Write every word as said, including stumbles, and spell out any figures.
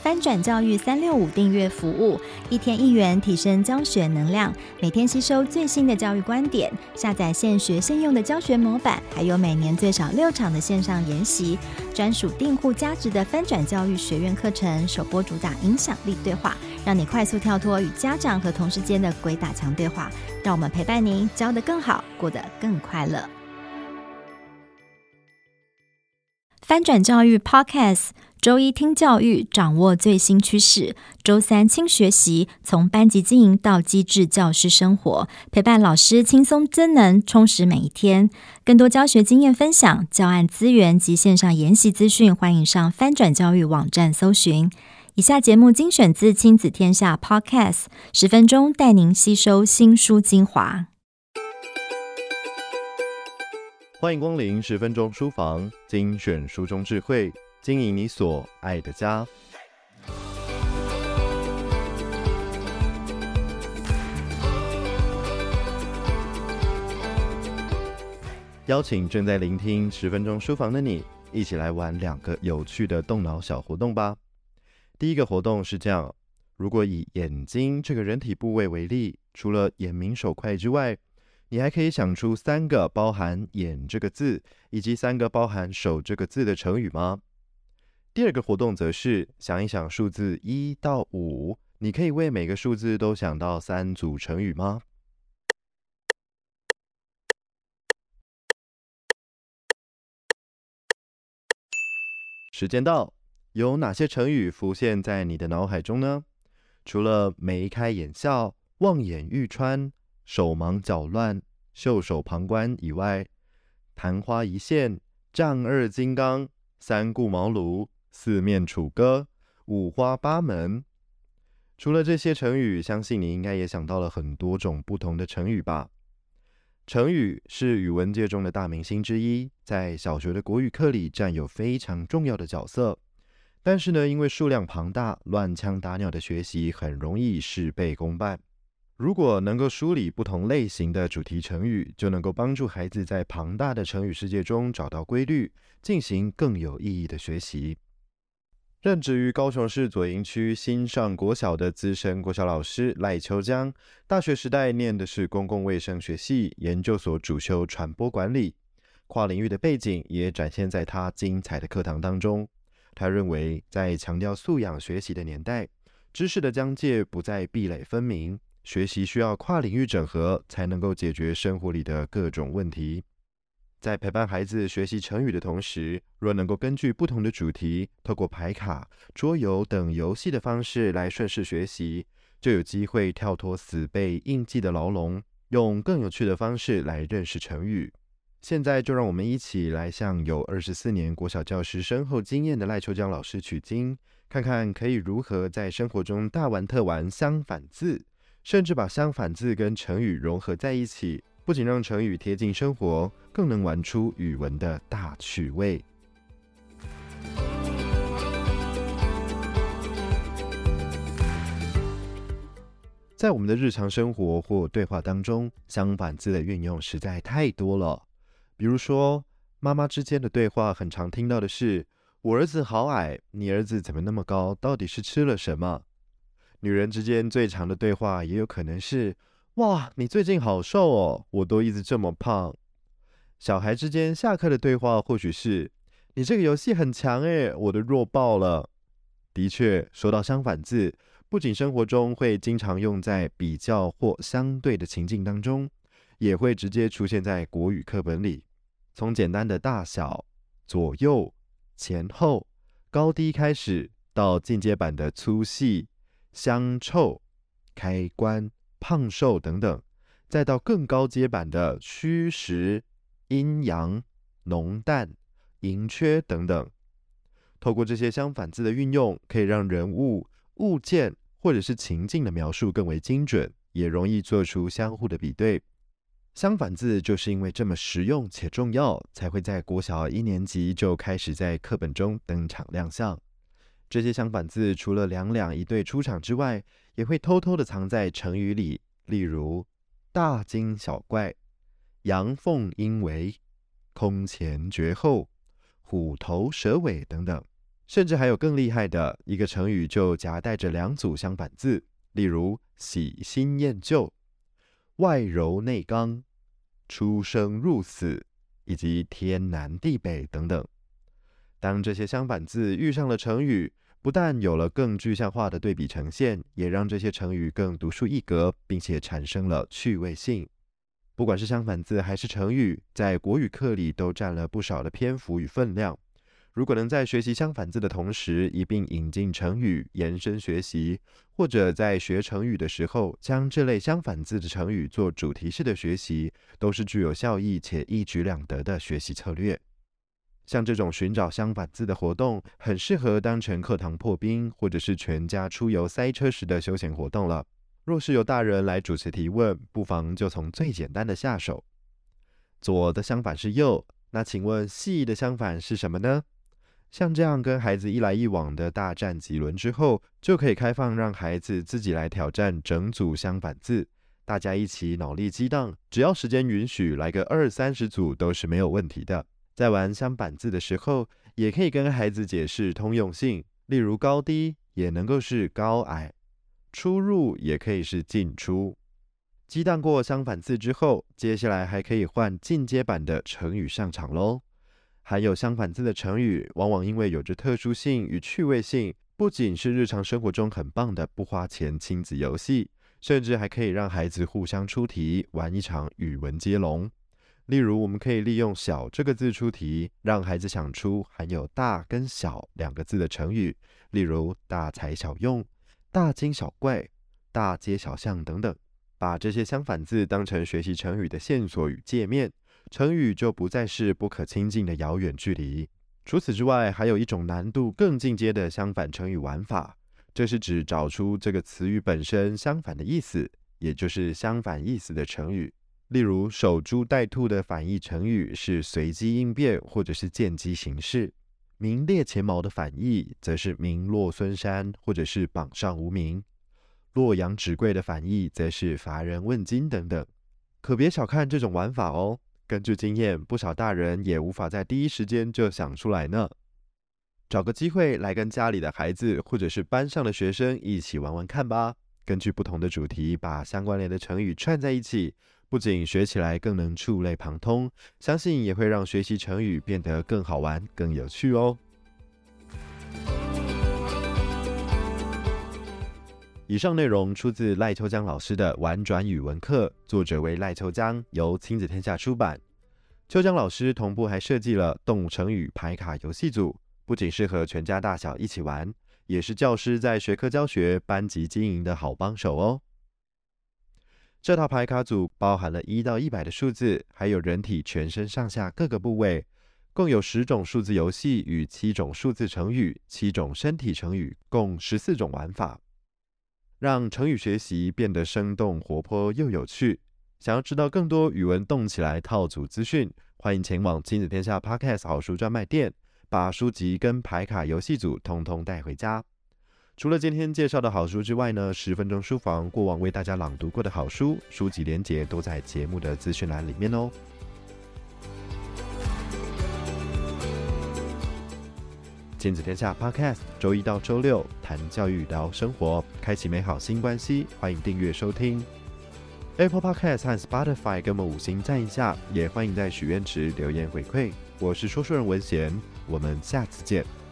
翻转教育三六五订阅服务，一天一元提升教学能量，每天吸收最新的教育观点，下载现学现用的教学模板，还有每年最少六场的线上研习，专属订户价值的翻转教育学院课程，首播主打影响力对话，让你快速跳脱与家长和同事间的鬼打墙对话，让我们陪伴您教得更好，过得更快乐。翻转教育 Podcast， 周一听教育，掌握最新趋势；周三轻学习，从班级经营到机智教师生活，陪伴老师轻松增能，充实每一天。更多教学经验分享、教案资源及线上研习资讯，欢迎上翻转教育网站搜寻。以下节目精选自亲子天下 Podcast， 十分钟带您吸收新书精华。 欢迎光临十分钟书房，精选书中智慧，经营你所爱的家。邀请正在聆听十分钟书房的你，一起来玩两个有趣的动脑小活动吧。第一个活动是这样，如果以眼睛这个人体部位为例，除了眼明手快之外，你还可以想出三个包含眼这个字，以及三个包含手这个字的成语吗？第二个活动则是想一想数字一到五，你可以为每个数字都想到三组成语吗？时间到，有哪些成语浮现在你的脑海中呢？除了眉开眼笑、望眼欲穿、手忙脚乱、袖手旁观以外，昙花一现、丈二金刚、三顾茅庐、四面楚歌、五花八门。除了这些成语，相信你应该也想到了很多种不同的成语吧。成语是语文界中的大明星之一，在小学的国语课里占有非常重要的角色。但是呢，因为数量庞大，乱枪打鸟的学习很容易事倍功半。如果能够梳理不同类型的主题成语，就能够帮助孩子在庞大的成语世界中找到规律，进行更有意义的学习。任职于高雄市左营区新上国小的资深国小老师赖秋江，大学时代念的是公共卫生学系，研究所主修传播管理，跨领域的背景也展现在他精彩的课堂当中。他认为，在强调素养学习的年代，知识的疆界不再壁垒分明，学习需要跨领域整合，才能够解决生活里的各种问题。在陪伴孩子学习成语的同时，若能够根据不同的主题，透过牌卡、桌游等游戏的方式来顺势学习，就有机会跳脱死背硬记的牢笼，用更有趣的方式来认识成语。现在就让我们一起来向有二十四年国小教师深厚经验的赖秋江老师取经，看看可以如何在生活中大玩特玩相反字，甚至把相反字跟成语融合在一起，不仅让成语贴近生活，更能玩出语文的大趣味。在我们的日常生活或对话当中，相反字的运用实在太多了。比如说，妈妈之间的对话很常听到的是，我儿子好矮，你儿子怎么那么高，到底是吃了什么？女人之间最常的对话也有可能是，哇，你最近好瘦哦，我都一直这么胖。小孩之间下课的对话或许是，你这个游戏很强耶，我的弱爆了。的确，说到相反字，不仅生活中会经常用在比较或相对的情境当中，也会直接出现在国语课本里。从简单的大小、左右、前后、高低开始，到进阶版的粗细、香臭、开关、胖瘦等等，再到更高阶版的虚实、阴阳、浓淡、盈缺等等。透过这些相反字的运用，可以让人物、物件或者是情境的描述更为精准，也容易做出相互的比对。相反字就是因为这么实用且重要，才会在国小一年级就开始在课本中登场亮相。这些相反字除了两两一对出场之外，也会偷偷的藏在成语里，例如大惊小怪、阳奉阴违、空前绝后、虎头蛇尾等等。 甚至还有更厉害的，一个成语就夹带着两组相反字，例如喜新厌旧、外柔内刚、出生入死以及天南地北等等。当这些相反字遇上了成语，不但有了更具象化的对比呈现，也让这些成语更独树一格，并且产生了趣味性。不管是相反字还是成语，在国语课里都占了不少的篇幅与分量。如果能在学习相反字的同时一并引进成语延伸学习，或者在学成语的时候将这类相反字的成语做主题式的学习，都是具有效益且一举两得的学习策略。像这种寻找相反字的活动，很适合当成课堂破冰，或者是全家出游塞车时的休闲活动了。若是由大人来主持提问，不妨就从最简单的下手。左的相反是右，那请问细的相反是什么呢？像这样跟孩子一来一往的大战几轮之后，就可以开放让孩子自己来挑战整组相反字，大家一起脑力激荡，只要时间允许，来个二三十组都是没有问题的。在玩相反字的时候，也可以跟孩子解释通用性，例如高低也能够是高矮，出入也可以是进出。激荡过相反字之后，接下来还可以换进阶版的成语上场咯。含有相反字的成语，往往因为有着特殊性与趣味性，不仅是日常生活中很棒的不花钱亲子游戏，甚至还可以让孩子互相出题，玩一场语文接龙。例如，我们可以利用小这个字出题，让孩子想出含有大跟小两个字的成语，例如大材小用、大惊小怪、大街小巷等等。把这些相反字当成学习成语的线索与界面，成语就不再是不可亲近的遥远距离。除此之外，还有一种难度更进阶的相反成语玩法，这是指找出这个词语本身相反的意思，也就是相反意思的成语。例如，守株待兔的反义成语是随机应变或者是见机行事，名列前茅的反义则是名落孙山或者是榜上无名，洛阳纸贵的反义则是乏人问津等等。可别小看这种玩法哦，根据经验，不少大人也无法在第一时间就想出来呢。找个机会来跟家里的孩子或者是班上的学生一起玩玩看吧。根据不同的主题，把相关联的成语串在一起，不仅学起来更能触类旁通，相信也会让学习成语变得更好玩、更有趣哦。以上内容出自赖秋江老师的玩转语文课，作者为赖秋江，由亲子天下出版。秋江老师同步还设计了动物成语牌卡游戏组，不仅适合全家大小一起玩，也是教师在学科教学、班级经营的好帮手哦。这套牌卡组包含了一到一百的数字，还有人体全身上下各个部位，共有十种数字游戏与七种数字成语、七种身体成语，共十四种玩法，让成语学习变得生动活泼又有趣。想要知道更多语文动起来套组资讯，欢迎前往亲子天下 Podcast 好书专卖店，把书籍跟牌卡游戏组通通带回家。除了今天介绍的好书之外呢，十分钟书房过往为大家朗读过的好书，书籍连结都在节目的资讯栏里面哦。亲子天下 Podcast 周一到周六谈教育聊生活，开启美好新关系，欢迎订阅收听。Apple Podcast 和 Spotify 给我们五星赞一下，也欢迎在许愿池留言回馈。我是说书人文贤，我们下次见。